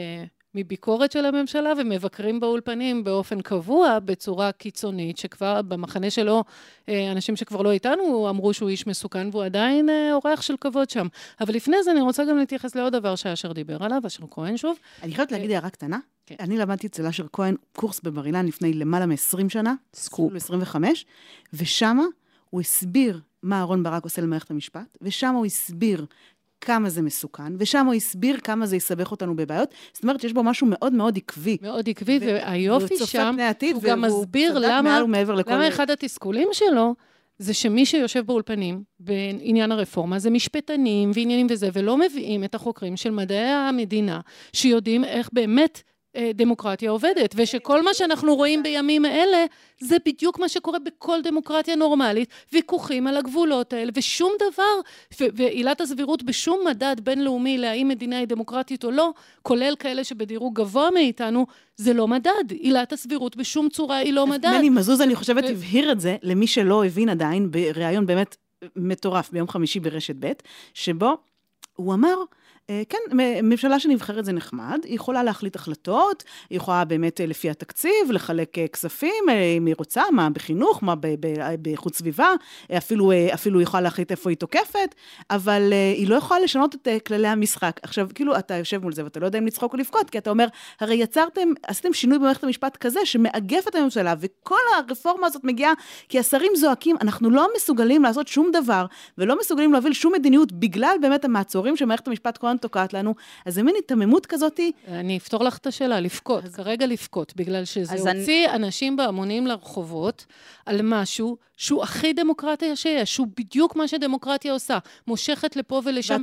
מביקורת של הממשלה, ומבקרים באולפנים באופן קבוע, בצורה קיצונית, שכבר במחנה שלו, אנשים שכבר לא איתנו, אמרו שהוא איש מסוכן, והוא עדיין אורח של כבוד שם. אבל לפני זה אני רוצה גם להתייחס לעוד דבר שאשר דיבר עליו, אשר כהן שוב. אני חייבת להגיד הערה קטנה. כן. אני למדתי אצל אשר כהן קורס בבר אילן לפני למעלה מ-20 שנה, סקופ. 25, ושמה הוא הסביר מה אהרון ברק עושה למערכת המשפט, ושמה הוא הסביר כמה זה מסוכן, ושם הוא הסביר כמה זה יסבך אותנו בבעיות. זאת אומרת שיש בו משהו מאוד מאוד עקבי. מאוד עקבי, והיופי שם, הוא גם והוא מסביר צדק מעל ומעבר לכל... למה אחד התסכולים שלו, זה שמי שיושב באולפנים, בעניין הרפורמה, זה משפטנים ועניינים וזה, ולא מביאים את החוקרים של מדעי המדינה, שיודעים איך באמת דמוקרטיה עובדת, ושכל מה שאנחנו רואים בימים האלה, זה בדיוק מה שקורה בכל דמוקרטיה נורמלית, ויכוחים על הגבולות האלה, ושום דבר, ועילת הסבירות בשום מדד בינלאומי, להאם מדינה היא דמוקרטית או לא, כולל כאלה שבדירוג גבוה מאיתנו, זה לא מדד. עילת הסבירות בשום צורה היא לא מדד. מני מזוז, אני חושבת, הבהיר את זה למי שלא הבין עדיין, בראיון באמת מטורף, ביום חמישי ברשת ב', שבו הוא אמר, כן, ממשלה שנבחרת זה נחמד, היא יכולה להחליט החלטות, היא יכולה באמת לפי התקציב, לחלק כספים, אם היא רוצה, מה בחינוך, מה בחוץ סביבה, אפילו היא יכולה להחליט איפה היא תוקפת, אבל היא לא יכולה לשנות את כללי המשחק. עכשיו, כאילו, אתה יושב מול זה, ואתה לא יודע אם לצחוק או לבכות, כי אתה אומר, הרי עשיתם שינוי במערכת המשפט כזה, שמאגף את הממשלה, וכל הרפורמה הזאת מגיעה, כי השרים זועקים, אנחנו לא מסוגלים לעשות שום דבר, ולא מסוגלים להוביל שום מדיניות, בגלל באמת המעצורים שמערכת המשפט כהן תוקעת לנו, אז זה מין התממות כזאת. אני אפתור לך את השאלה, לבכות, כרגע לבכות, בגלל שזה הוציא אנשים בהמונים לרחובות, על משהו שהוא הכי דמוקרטיה שיש, שהוא בדיוק מה שדמוקרטיה עושה, מושכת לפה ולשם,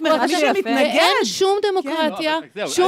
ואין שום דמוקרטיה,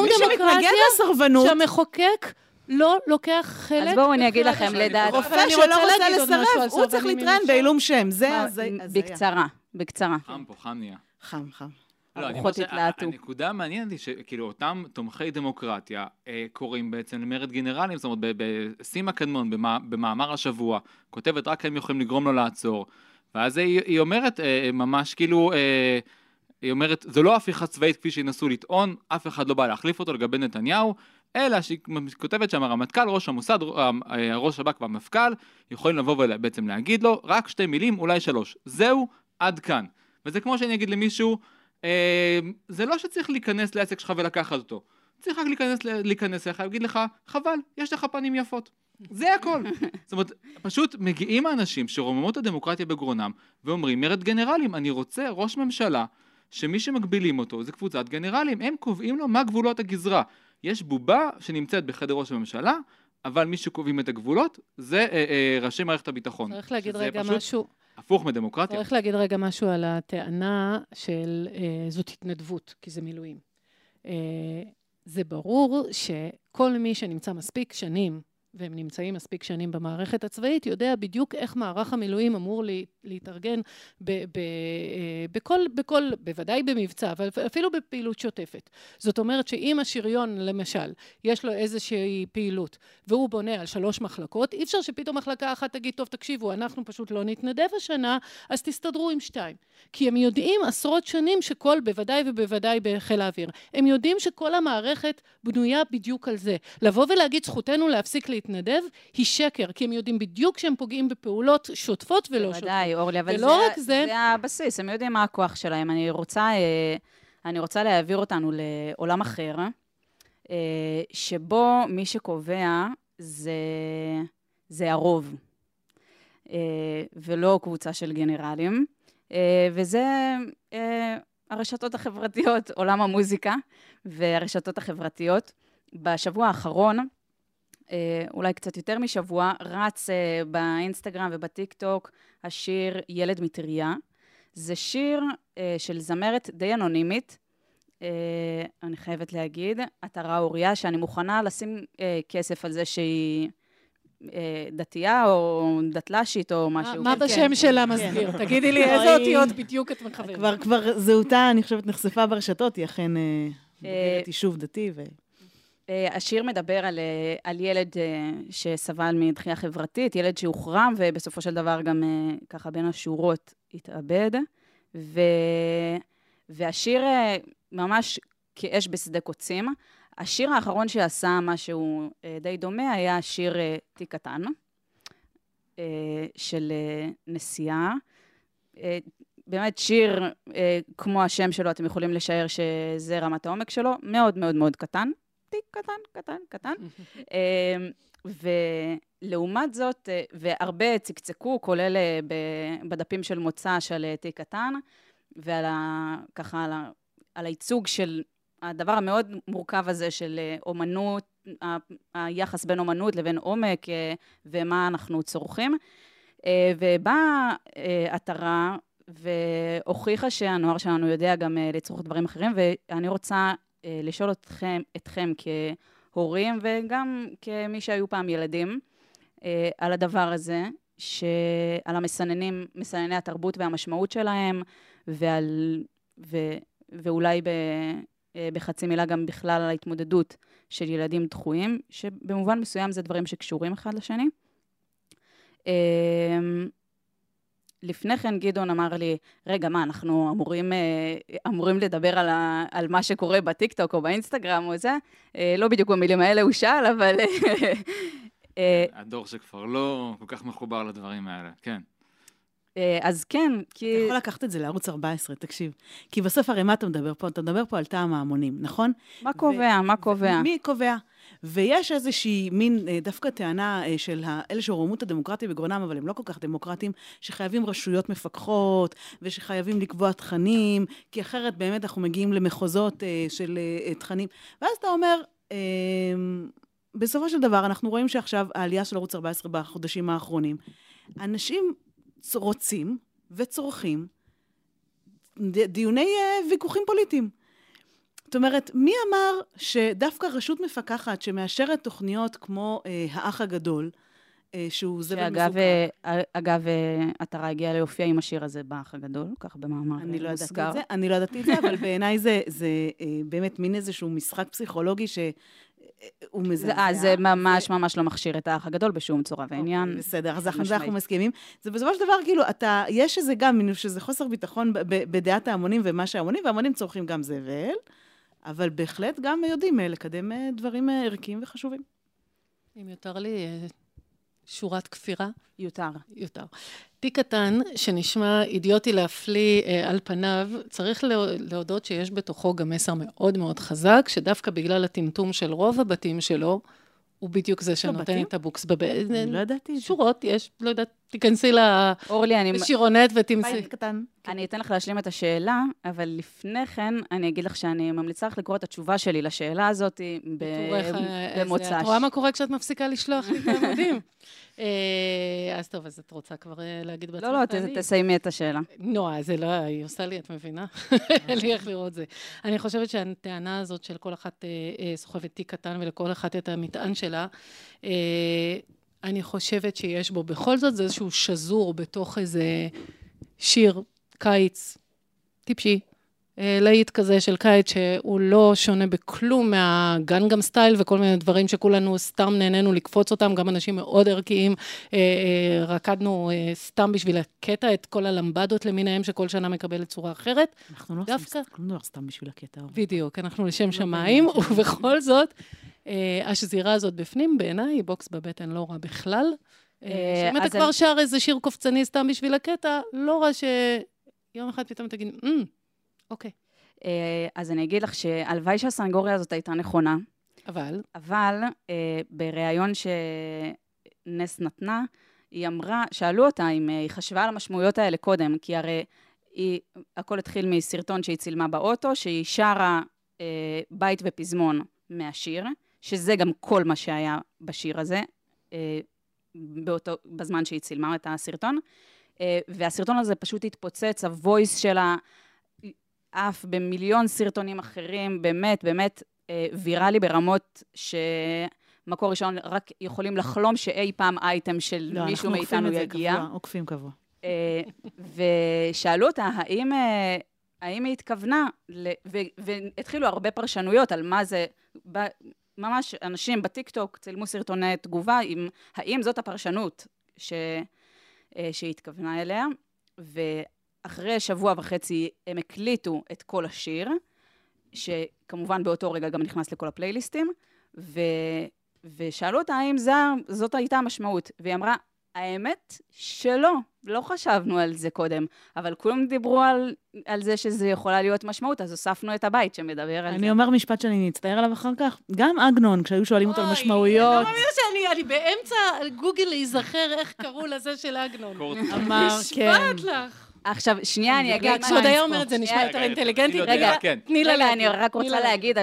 שהמחוקק לא לוקח חלק. אז בואו אני אגיד לכם, לדעת. רופא שלא רוצה לסרב, הוא צריך להתראיין בעילום שם, זה... בקצרה. חם פה, חם נהיה. חם. לא, הנקודה המעניינת היא שכאילו אותם תומכי דמוקרטיה קוראים בעצם למרד גנרלים, זאת אומרת בסימה קדמון, במאמר השבוע, כותבת רק הם יכולים לגרום לו לעצור, ואז היא אומרת ממש כאילו, היא אומרת, זה לא הפיכה צבאית כפי שינסו לטעון, אף אחד לא בא להחליף אותו לגבי נתניהו, אלא שהיא כותבת שם הרמטכ"ל, ראש המוסד, ראש שב"כ והמפכ"ל, יכולים לבוא ובעצם להגיד לו, רק 2 מילים, אולי 3, זהו, עד כאן. וזה כמו שאני אגיד למישהו, זה לא שצריך להיכנס לעסק שלך ולקחת אותו. צריך רק להיכנס לך, להגיד לך, חבל, יש לך פנים יפות. זה הכל. זאת אומרת, פשוט מגיעים האנשים שרוממות הדמוקרטיה בגרונם, ואומרים, מרד גנרלים, אני רוצה ראש ממשלה, שמי שמגבילים אותו, זה קבוצת גנרלים, הם קובעים לו מה גבולות הגזרה. יש בובה שנמצאת בחדר ראש הממשלה, אבל מי שקובעים את הגבולות, זה ראשי מערכת הביטחון. צריך להגיד רגע משהו. הפוך מדמוקרטיה. צריך להגיד רגע משהו על הטענה של זאת התנדבות, כי זה מילואים. זה ברור שכל מי שנמצא מספיק שנים, והם נמצאים מספיק שנים במערכת הצבאית, יודע בדיוק איך מערך המילואים אמור להתארגן בוודאי במבצע, אבל אפילו בפעילות שוטפת. זאת אומרת שאם השריון, למשל, יש לו איזושהי פעילות, והוא בונה על 3 מחלקות, אי אפשר שפתאום מחלקה אחת תגיד, טוב, תקשיבו, אנחנו פשוט לא נתנדב השנה, אז תסתדרו עם 2. כי הם יודעים עשרות שנים שכל, בוודאי ובוודאי בחיל האוויר, הם יודעים שכל המערכת בנויה בדיוק על זה. לבוא ולהגיד, זכותנו להפסיק להתנדב, היא שקר, כי הם יודעים בדיוק שהם פוגעים בפעולות שוטפות ולא שוטפות. בוודאי, אורלי, אבל ולא רק זה... זה הבסיס, הם יודעים מה הכוח שלהם. אני רוצה להעביר אותנו לעולם אחר, שבו מי שקובע זה הרוב, ולא קבוצה של גנרלים, וזה הרשתות החברתיות, עולם המוזיקה והרשתות החברתיות. בשבוע האחרון, אולי קצת יותר משבוע, רץ באינסטגרם ובטיק טוק השיר ילד מטריה. זה שיר של זמרת די אנונימית, אני חייבת להגיד, עטרה אוריה, שאני מוכנה לשים כסף על זה שהיא דתייה או דתל"שית או משהו. מה בשם שלה מסביר? תגידי לי איזה אותיות בדיוק את מכוונת. כבר זהותה, אני חושבת, נחשפה ברשתות, היא אכן בוגרת יישוב דתי. השיר מדבר על ילד שסבל מדחייה חברתית, ילד שהוחרם, ובסופו של דבר גם ככה בין השורות התאבד, והשיר ממש כאש בשדה קוצים. השיר האחרון שעשה משהו די דומה היה שיר תיק קטן, של נסיעה. באמת שיר כמו השם שלו, אתם יכולים לשער שזה רמת העומק שלו, מאוד מאוד מאוד קטן. תיק קטן, קטן, קטן. ולעומת זאת, והרבה צקצקו, כולל בדפים של מוצא של תיק קטן, ועל ככה על הייצוג של הדבר המאוד מורכב הזה של אומנות, היחס בין אומנות לבין עומק, ומה אנחנו צורכים. ובאה עטרה והוכיחה שהנוער שלנו יודע גם לצרוך דברים אחרים, ואני רוצה לשאול אתכם כהורים וגם כמי שהיו פעם ילדים, על הדבר הזה, על מסנני התרבות והמשמעות שלהם, ואולי בחצי מילה גם בכלל על ההתמודדות של ילדים דחויים, שבמובן מסוים זה דברים שקשורים אחד לשני. לפני כן גדעון אמר לי, רגע, מה, אנחנו אמורים לדבר על מה שקורה בטיקטוק או באינסטגרם או זה? לא בדיוק במילים האלה הוא שאל, אבל... הדור שכבר לא כל כך מחובר לדברים האלה, כן. אז כן, כי... אתה יכול לקחת את זה לערוץ 14, תקשיב. כי בסוף הרי מה אתה מדבר פה? אתה מדבר פה על טעם ההמונים, נכון? מה קובע? מה קובע? מי קובע? ויש איזושהי מין דווקא טענה של אלה שרוממו את הדמוקרטיה בגרונם, אבל הם לא כל כך דמוקרטיים, שחייבים רשויות מפקחות, ושחייבים לקבוע תכנים, כי אחרת באמת אנחנו מגיעים למחוזות של תכנים. ואז אתה אומר, בסופו של דבר אנחנו רואים שעכשיו העלייה של ערוץ 14 בחודשים האחרונים, אנשים רוצים וצורכים דיוני ויכוחים פוליטיים. זאת אומרת, מי אמר שדווקא רשות מפקחת שמאשרת תוכניות כמו האח הגדול, שהוא זבל מסוכר? אגב, עטרה הגיעה להופיע עם השיר הזה באח הגדול, כך במאמר מוסגר. אני לא ידעתי את זה, אבל בעיניי זה באמת מין איזשהו משחק פסיכולוגי הוא מזעזע. זה ממש ממש לא מכשיר את האח הגדול בשום צורה ועניין. בסדר, אז אנחנו מסכימים. זה בסופו של דבר, כאילו, יש איזה גם, שזה חוסר ביטחון בדעת ההמונים ומה שההמונים, וההמונים צורכים גם זבל, אבל בהחלט גם יודעים לקדם דברים ערכיים וחשובים. אם יותר לי שורת כפירה. יותר. תיק קטן, שנשמע אידיוטי להפליא על פניו, צריך להודות שיש בתוכו גם מסר מאוד מאוד חזק, שדווקא בגלל הטמטום של רוב הבתים שלו, הוא בדיוק זה שנותן את הבוקס בבית. לא ידעתי. שורות, יש, לא יודעת, תיכנסי לשירונט ותמצאי. בית קטן. אני אתן לך להשלים את השאלה, אבל לפני כן אני אגיד לך שאני ממליצה לך לקרוא את התשובה שלי לשאלה הזאת במוצ"ש. את רואה מה קורה כשאת מפסיקה לשלוח לי את העמודים? אז טוב, אז את רוצה כבר להגיד בעצמך? לא, תסיימי את השאלה. לא, זה לא, היא עושה לי, את מבינה? אין לי איך לראות זה. אני חושבת שהטענה הזאת של כל אחת סוחבת תיק קטן ולכל אחת את המטען שלה, אני חושבת שיש בו בכל זאת, זה איזשהו שזור בתוך איזה שיר, קיץ, טיפשי, להיט כזה של קיץ, שהוא לא שונה בכלום מהגנגאם סטייל, וכל מיני דברים שכולנו סתם נהנינו לקפוץ אותם, גם אנשים מאוד ערכיים, רקדנו סתם בשביל הקטע את כל הלמבדות למיניהם, שכל שנה מקבלת צורה אחרת. אנחנו לא עושים סתם בשביל הקטע. בדיוק, אנחנו לשם שמיים, ובכל זאת, השזירה הזאת בפנים, בעיניי, בוקס בבטן לא רע בכלל, שאם אתה כבר שר איזה שיר קופצני סתם בשביל הקטע, לא רע שיום אחד פתאום תגיד, אוקיי. אז אני אגיד לך שהלוואי שהסנגוריה הזאת הייתה נכונה, אבל בריאיון שנס נתנה, היא אמרה, שאלו אותה אם היא חשבה על המשמעויות האלה קודם, כי הרי הכל התחיל מסרטון שהיא צילמה באוטו, שהיא שרה בית ופזמון מהשיר, שזה גם כל מה שהיה בשיר הזה, בזמן שהיא צילמה את הסרטון, והסרטון הזה פשוט התפוצץ, הוויס שלה אף במיליון סרטונים אחרים, באמת, באמת ויראלי ברמות שמקור ראשון רק יכולים לחלום שאי פעם אייטם של מישהו מאיתנו יגיע. אנחנו עוקפים קבוע. ושאלו אותה, האם היא התכוונה, והתחילו הרבה פרשנויות על מה זה, ממש אנשים בטיקטוק צילמו סרטוני תגובה, האם זאת הפרשנות שהיא התכוונה אליה, ואחרי שבוע וחצי הם הקליטו את כל השיר, שכמובן באותו רגע גם נכנס לכל הפלייליסטים, ושאלו אותה האם זאת הייתה המשמעות, והיא אמרה, האמת שלא, לא חשבנו על זה קודם, אבל כולם דיברו על זה שזה יכולה להיות משמעות, אז הוספנו את הבית שמדבר על זה. אני אומר משפט שאני נצטער עליו אחר כך, גם אגנון, כשהיו שואלים אותו על משמעויות. לא מאמין שאני באמצע גוגל להיזכר איך קראו לזה של אגנון. אמר, כן. נשבעת לך. עכשיו, שנייה, אני אגיד... כשעוד היה אומר את זה, נשמע יותר אינטליגנטי. רגע, תני לה להגיד. אני רק רוצה להגיד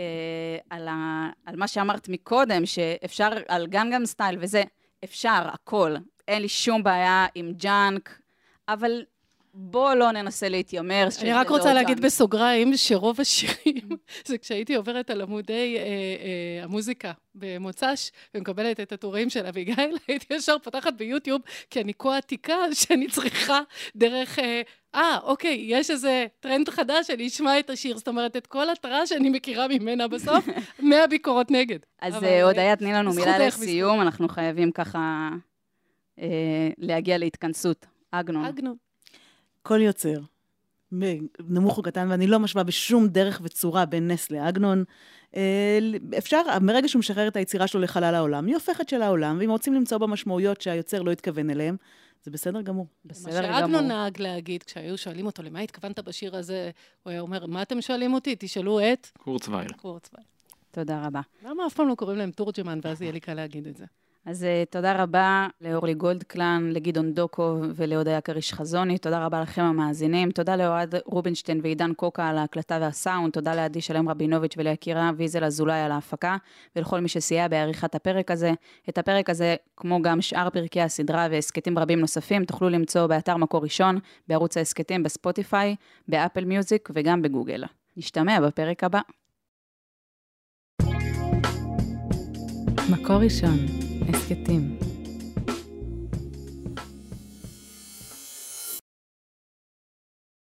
על מה שאמרת מקודם, שאפשר על גנגנם סטייל וזה, אפשר, הכל. אין לי שום בעיה עם ג'אנק, אבל בוא לא ננסה להתיימר. אני רק רוצה להגיד בסוגריים שרוב השירים, זה כשהייתי עוברת על עמודי המוזיקה במוצ"ש, ומקבלת את הטורים של אביגיל, הייתי ישר פותחת ביוטיוב, כי אני כה עתיקה שאני צריכה דרך... אוקיי, יש איזה טרנד חדש, אני אשמע את השיר, זאת אומרת, את כל התרה שאני מכירה ממנה בסוף, 100 ביקורות נגד. אז עוד היה, תני לנו מילה לסיום, אנחנו חייבים ככה להגיע להתכנסות. אגנון. כל יוצר, נמוך או קטן, ואני לא משווה בשום דרך וצורה בין נס לאגנון, אפשר, מרגע שהוא משחרר את היצירה שלו לחלל העולם, היא הופכת של העולם, ואם רוצים למצוא במשמעויות שהיוצר לא התכוון אליהם, זה בסדר גמור. מה שאגנון נהג להגיד, כשהיו שואלים אותו, למה התכוונת בשיר הזה? הוא היה אומר, מה אתם שואלים אותי? תשאלו את... קורצווייל. תודה רבה. למה אף פעם לא קוראים להם תורג'מן, ואז יהיה לי קל להגיד את זה? אז תודה רבה לאורלי גולדקלן, לגדעון דוקו ולהודיה קריש חזוני. תודה רבה לכם המאזינים. תודה לאוהד רובינשטיין ועידן קוקה על ההקלטה והסאונד. תודה לעדי שלם רבינוביץ' וליקירה ויזל אזולאי על ההפקה, ולכל מי שסייע בעריכת הפרק הזה. את הפרק הזה, כמו גם שאר פרקי הסדרה והסקטים רבים נוספים, תוכלו למצוא באתר מקור ראשון, בערוץ ההסקטים בספוטיפיי, באפל מיוזיק וגם בגוגל. נשתמע בפרק הבא. מקור ראשון, הסקטים.